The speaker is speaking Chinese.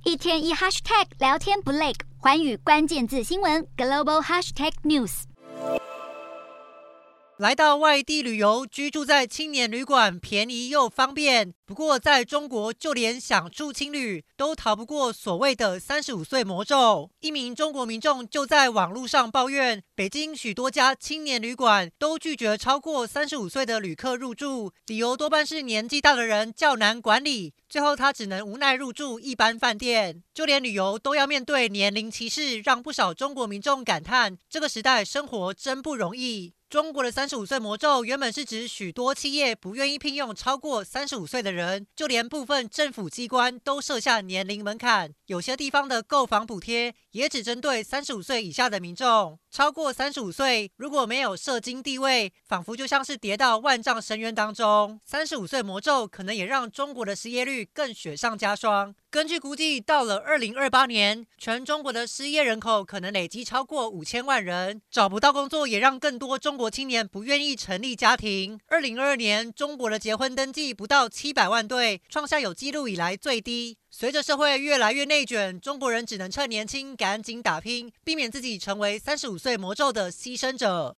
一天一 hashtag 聊天不累，寰宇关键字新闻 global hashtag news。 来到外地旅游，居住在青年旅馆，便宜又方便。不过，在中国，就连想住青旅都逃不过所谓的35岁魔咒。一名中国民众就在网络上抱怨，北京许多家青年旅馆都拒绝超过35岁的旅客入住，理由多半是年纪大的人较难管理。最后，他只能无奈入住一般饭店。就连旅游都要面对年龄歧视，让不少中国民众感叹：这个时代生活真不容易。中国的35岁魔咒原本是指许多企业不愿意聘用超过35岁的人，就连部分政府机关都设下年龄门槛。有些地方的购房补贴也只针对35岁以下的民众，超过35岁如果没有社经地位，仿佛就像是跌到万丈深渊当中。35岁魔咒可能也让中国的失业率更雪上加霜。根据估计，到了2028年，全中国的失业人口可能累积超过5000万人。找不到工作，也让更多中国青年不愿意成立家庭。2022年，中国的结婚登记不到700万对，创下有纪录以来最低。随着社会越来越内卷，中国人只能趁年轻赶紧打拼，避免自己成为35岁魔咒的牺牲者。